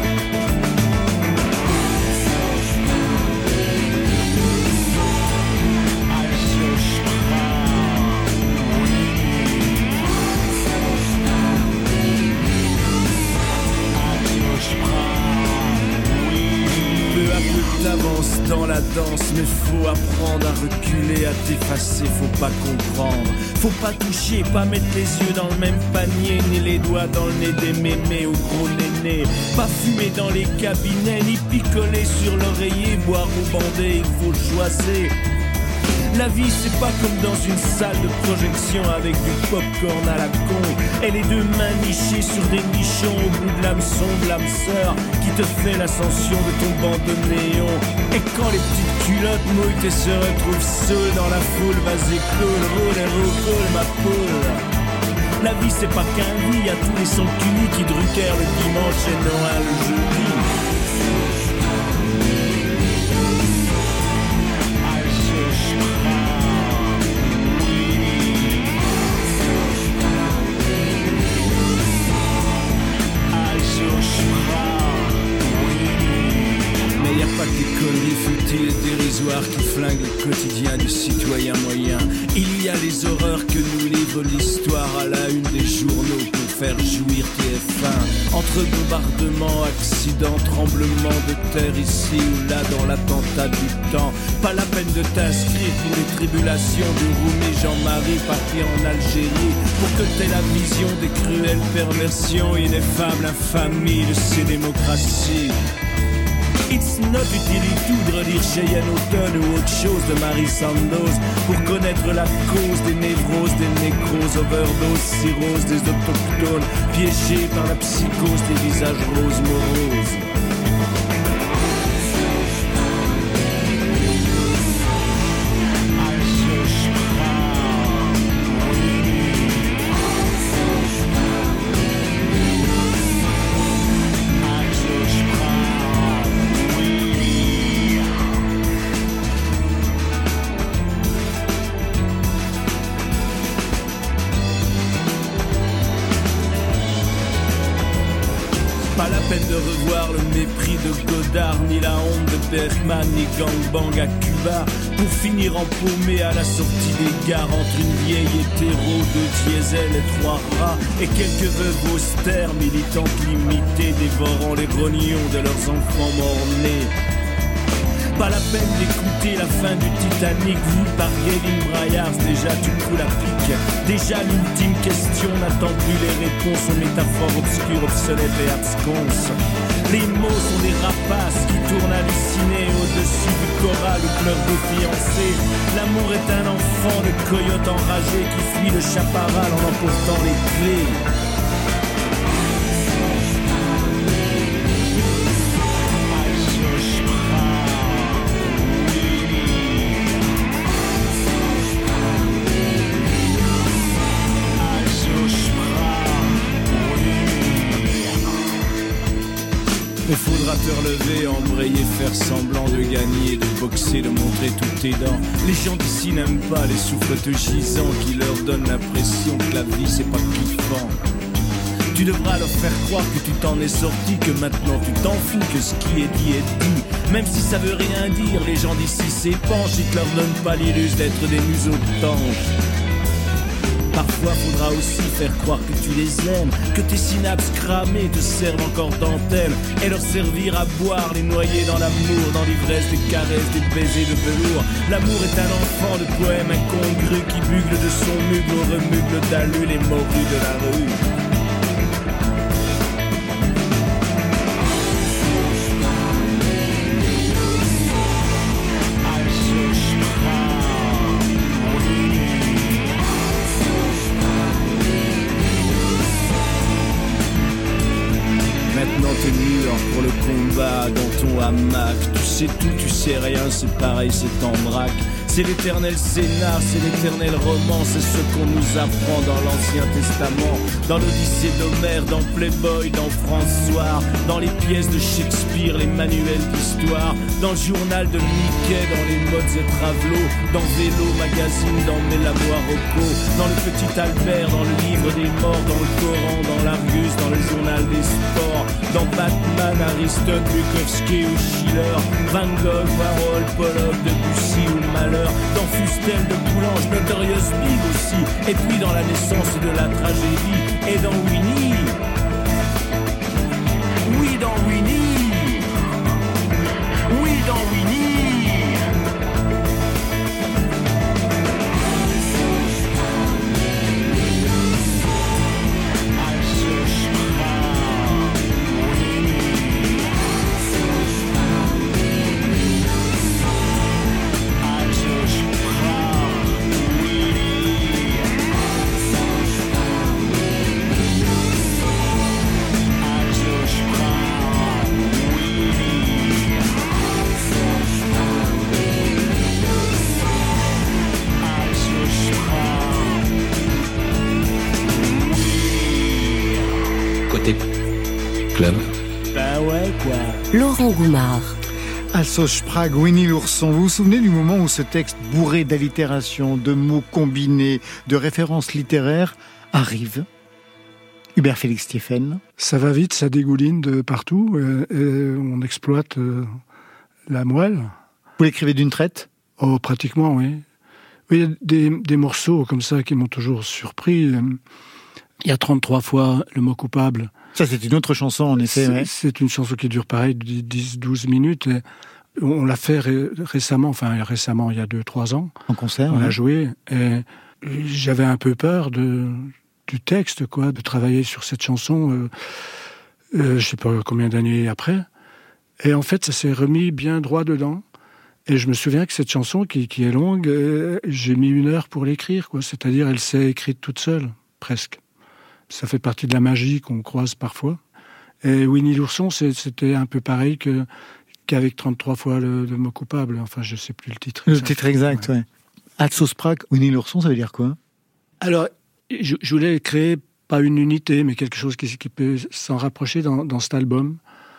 T'avances dans la danse, mais faut apprendre à reculer, à t'effacer, faut pas comprendre. Faut pas toucher, pas mettre les yeux dans le même panier, ni les doigts dans le nez des mémés au gros néné. Pas fumer dans les cabinets, ni picoler sur l'oreiller, boire ou bander, il faut choisir. La vie c'est pas comme dans une salle de projection avec du popcorn à la con et les deux mains nichées sur des nichons au bout de l'hameçon de l'âme sœur qui te fait l'ascension de ton banc de néon. Et quand les petites culottes mouillent et se retrouvent seules dans la foule, vas-y cool, roule et roule ma poule. La vie c'est pas qu'un lit, y'a tous les sons qui Drucker le dimanche et Noël le jeudi. Mais y a pas que des conneries futiles et dérisoires qui flinguent le quotidien du citoyen moyen. Il y a les horreurs que nous livre l'histoire à la une des journaux pour faire jouir TF1. Entre bombardements, accidents, tremblements de terre ici ou là dans l'attentat du temps. Pas la peine de t'inscrire pour les tribulations de Roumé Jean-Marie parti en Algérie pour que t'aies la vision des cruelles perversions ineffables, infamies de ces démocraties. It's not utile tout de relire Cheyenne Automne ou autre chose de Marie Sandoz pour connaître la cause des névroses, des nécroses, overdoses, cirrhoses des autochtones piégés par la psychose des visages roses moroses. Pas la peine de revoir le mépris de Godard, ni la honte de Bergman, ni gangbang à Cuba, pour finir empaumé à la sortie des gares entre une vieille hétéro, 2 diesel et 3 rats, et quelques veuves austères, militantes limitées, dévorant les grognons de leurs enfants morts-nés. Pas la peine d'écouter la fin du Titanic vu par Gavin Bryars, déjà tu me fous la pique. Déjà l'ultime question n'attend plus les réponses aux métaphores obscures, obsolètes et absconses. Les mots sont des rapaces qui tournent hallucinés au-dessus du choral où pleurent deux fiancés. L'amour est un enfant de coyote enragé qui fuit le chaparral en emportant les clés. Il faudra te relever, embrayer, faire semblant de gagner, de boxer, de montrer toutes tes dents. Les gens d'ici n'aiment pas les souffleteux gisants qui leur donnent l'impression que la vie c'est pas kiffant. Tu devras leur faire croire que tu t'en es sorti, que maintenant tu t'en fous, que ce qui est dit est dit. Même si ça veut rien dire, les gens d'ici s'épanchent, ils te leur donnent pas l'illusion d'être des museaux de tanches. Parfois faudra aussi faire croire que tu les aimes, que tes synapses cramées te servent encore dentelle, et leur servir à boire, les noyer dans l'amour, dans l'ivresse des caresses, des baisers de velours. L'amour est un enfant de poème incongru qui bugle de son mugle au remugle d'allus les morus de la rue. Pour le combat dans ton hamac, tu sais tout, tu sais rien, c'est pareil, c'est en vrac. C'est l'éternel scénar, c'est l'éternel roman, c'est ce qu'on nous apprend dans l'Ancien Testament, dans l'Odyssée d'Homère, dans Playboy, dans François, dans les pièces de Shakespeare, les manuels d'histoire, dans le journal de Mickey, dans les modes et travelots, dans Vélo Magazine, dans Mélamois Rocco, dans le Petit Albert, dans le livre des morts, dans le Coran, dans l'Argus, dans le journal des sports, dans Batman, Aristote, Bukowski ou Schiller, Van Gogh, Warhol, Pollock, Debussy ou Malheur, dans Fustel de Boulange, Notorious Big aussi, et puis dans la naissance de la tragédie, et dans Winnie. Oui, dans Winnie. Oui, dans Winnie. Club. Ben ouais, quoi. Laurent Goumard. Alsos Prague, Winnie l'ourson. Vous vous souvenez du moment où ce texte bourré d'allitérations, de mots combinés, de références littéraires arrive? Hubert Félix Stéphane. Ça va vite, ça dégouline de partout, et on exploite la moelle. Vous l'écrivez d'une traite? Oh, pratiquement, oui. Oui, il y a des morceaux comme ça qui m'ont toujours surpris. Il y a 33 fois le mot coupable. Ça, c'est une autre chanson, en effet. Ouais. C'est une chanson qui dure pareil, 10-12 minutes. Et on l'a fait récemment, il y a 2-3 ans. En concert. On l'a joué. Et j'avais un peu peur du texte, quoi, de travailler sur cette chanson, je sais pas combien d'années après. Et en fait, ça s'est remis bien droit dedans. Et je me souviens que cette chanson, qui est longue, j'ai mis 1 heure pour l'écrire, quoi. C'est-à-dire, elle s'est écrite toute seule, presque. Ça fait partie de la magie qu'on croise parfois. Et Winnie l'ourson, c'était un peu pareil qu'avec 33 fois le mot coupable. Enfin, je sais plus le titre. Le titre exact, ouais. Alsos Prague, Winnie l'ourson, ça veut dire quoi? Alors, je voulais créer, pas une unité, mais quelque chose qui peut s'en rapprocher dans cet album.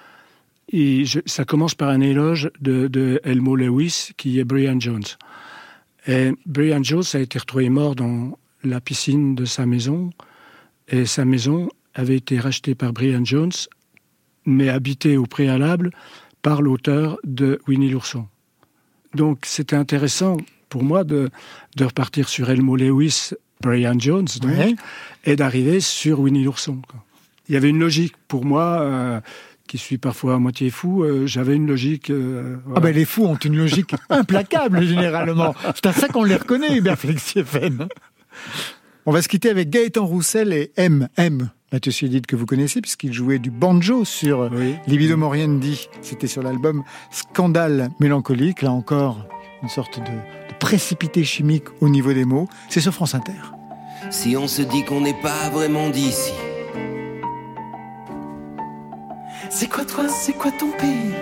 Et ça commence par un éloge de Elmo Lewis, qui est Brian Jones. Et Brian Jones a été retrouvé mort dans la piscine de sa maison. Et sa maison avait été rachetée par Brian Jones mais habité au préalable par l'auteur de Winnie l'ourson. Donc c'était intéressant pour moi de repartir sur Elmo Lewis, Brian Jones, donc, et d'arriver sur Winnie l'ourson. Il y avait une logique pour moi, qui suis parfois à moitié fou, j'avais une logique... voilà. Ah ben les fous ont une logique implacable généralement. C'est à ça qu'on les reconnaît, Hubert Félix-Stéphane. On va se quitter avec Gaëtan Roussel et M. Mathieu Chédid, que vous connaissez, puisqu'il jouait du banjo sur Libido Moriendi. C'était sur l'album Scandale mélancolique. Là encore, une sorte de précipité chimique au niveau des mots. C'est sur France Inter. Si on se dit qu'on n'est pas vraiment d'ici, c'est quoi toi, c'est quoi ton pays?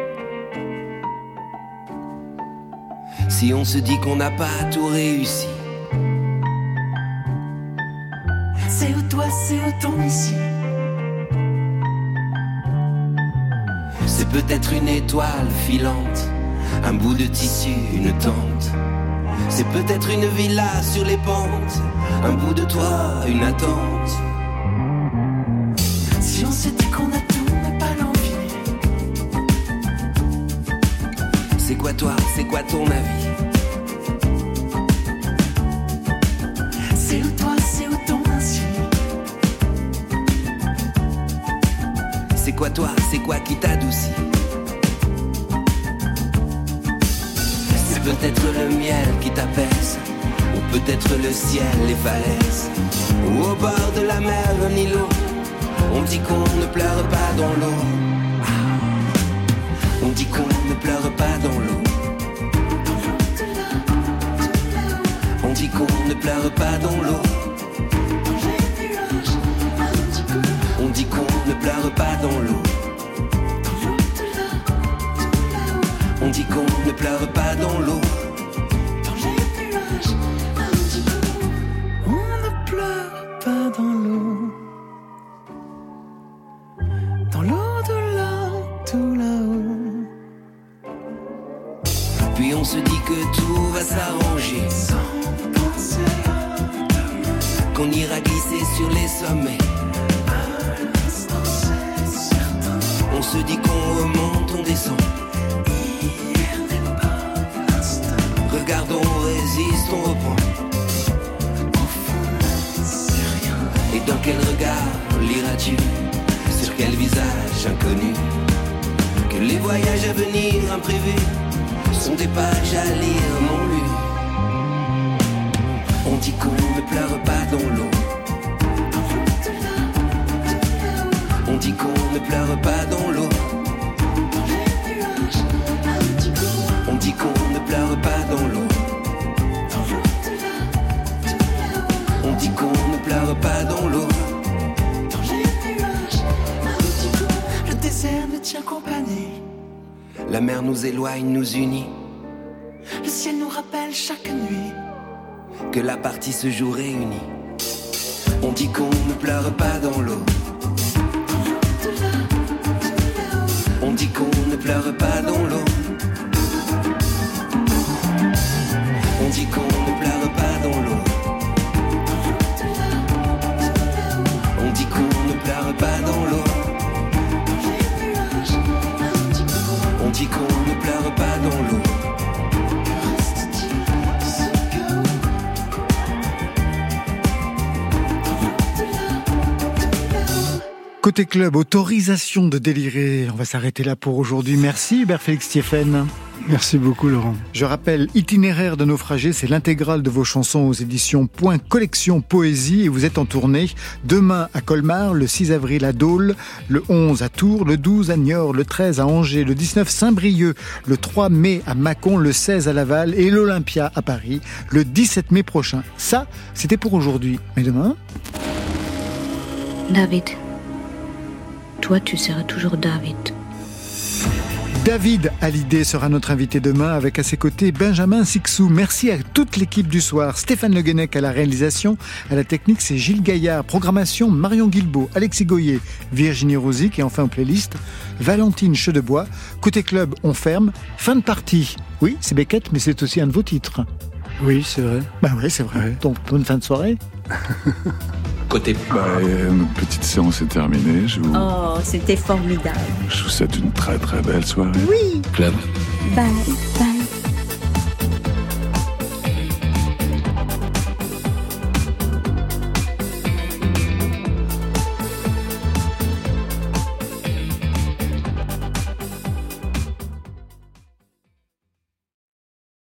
Si on se dit qu'on n'a pas tout réussi, c'est où toi, c'est où ton ici? C'est peut-être une étoile filante, un bout de tissu, une tente. C'est peut-être une villa sur les pentes, un bout de toit, une attente. Si on s'est dit qu'on a tout, mais pas l'envie, c'est quoi toi, c'est quoi ton avis? C'est où toi, c'est où ton ainsi? C'est quoi toi, c'est quoi qui t'adoucit? C'est peut-être le miel qui t'apaise, ou peut-être le ciel, les falaises, ou au bord de la mer, un îlot. On dit qu'on ne pleure pas dans l'eau. On dit qu'on ne pleure pas dans l'eau. On dit qu'on ne pleure pas dans l'eau. On dit qu'on ne pleure pas dans l'eau. On dit qu'on ne pleure pas dans l'eau. On ne pleure pas dans l'eau. Dans l'eau de là, tout là-haut. Puis on se dit que tout va s'arranger, sans penser qu'on ira glisser sur les sommets. À l'instant, c'est certain. On se dit qu'on remonte, on descend. Hier n'est pas l'instant. Regardons, on résiste, on reprend. Au fond, c'est rien. Et dans quel regard liras-tu? Sur quel visage inconnu? Que les voyages à venir imprévus sont des pages à lire non lues. On dit qu'on ne pleure pas dans l'eau. On dit qu'on ne pleure pas dans l'eau. On dit qu'on ne pleure pas dans l'eau. On dit qu'on ne pleure pas dans l'eau. Le désert me tient compagnie. La mer nous éloigne, nous unit. Le ciel nous rappelle chaque nuit que la partie se joue réunie. On dit qu'on ne pleure pas dans l'eau. On dit qu'on ne pleure pas dans l'eau. On dit qu'on ne pleure pas dans l'eau. On dit qu'on ne pleure pas dans l'eau. On dit qu'on ne pleure pas dans l'eau. Côté club, autorisation de délirer. On va s'arrêter là pour aujourd'hui. Merci Hubert Félix-Stéphane. Merci beaucoup Laurent. Je rappelle, Itinéraire de naufragés, c'est l'intégrale de vos chansons aux éditions Point Collection Poésie et vous êtes en tournée demain à Colmar, le 6 avril à Dole, le 11 à Tours, le 12 à Niort, le 13 à Angers, le 19 Saint-Brieuc, le 3 mai à Mâcon, le 16 à Laval et l'Olympia à Paris le 17 mai prochain. Ça, c'était pour aujourd'hui. Mais demain... David, toi tu seras toujours David. David Hallyday sera notre invité demain avec à ses côtés Benjamin Sixou. Merci à toute l'équipe du soir. Stéphane Le Guenec à la réalisation. À la technique, c'est Gilles Gaillard. Programmation, Marion Guilbault, Alexis Goyer, Virginie Rosic. Et enfin, en playlist, Valentine Chedebois. Côté club, on ferme. Fin de partie. Oui, c'est Beckett, mais c'est aussi un de vos titres. Oui, c'est vrai. Bah oui, c'est vrai. Ouais. Donc, bonne fin de soirée. Côté. Notre petite séance est terminée. Oh, c'était formidable. Je vous souhaite une très très belle soirée. Oui. Club. Bye, bye.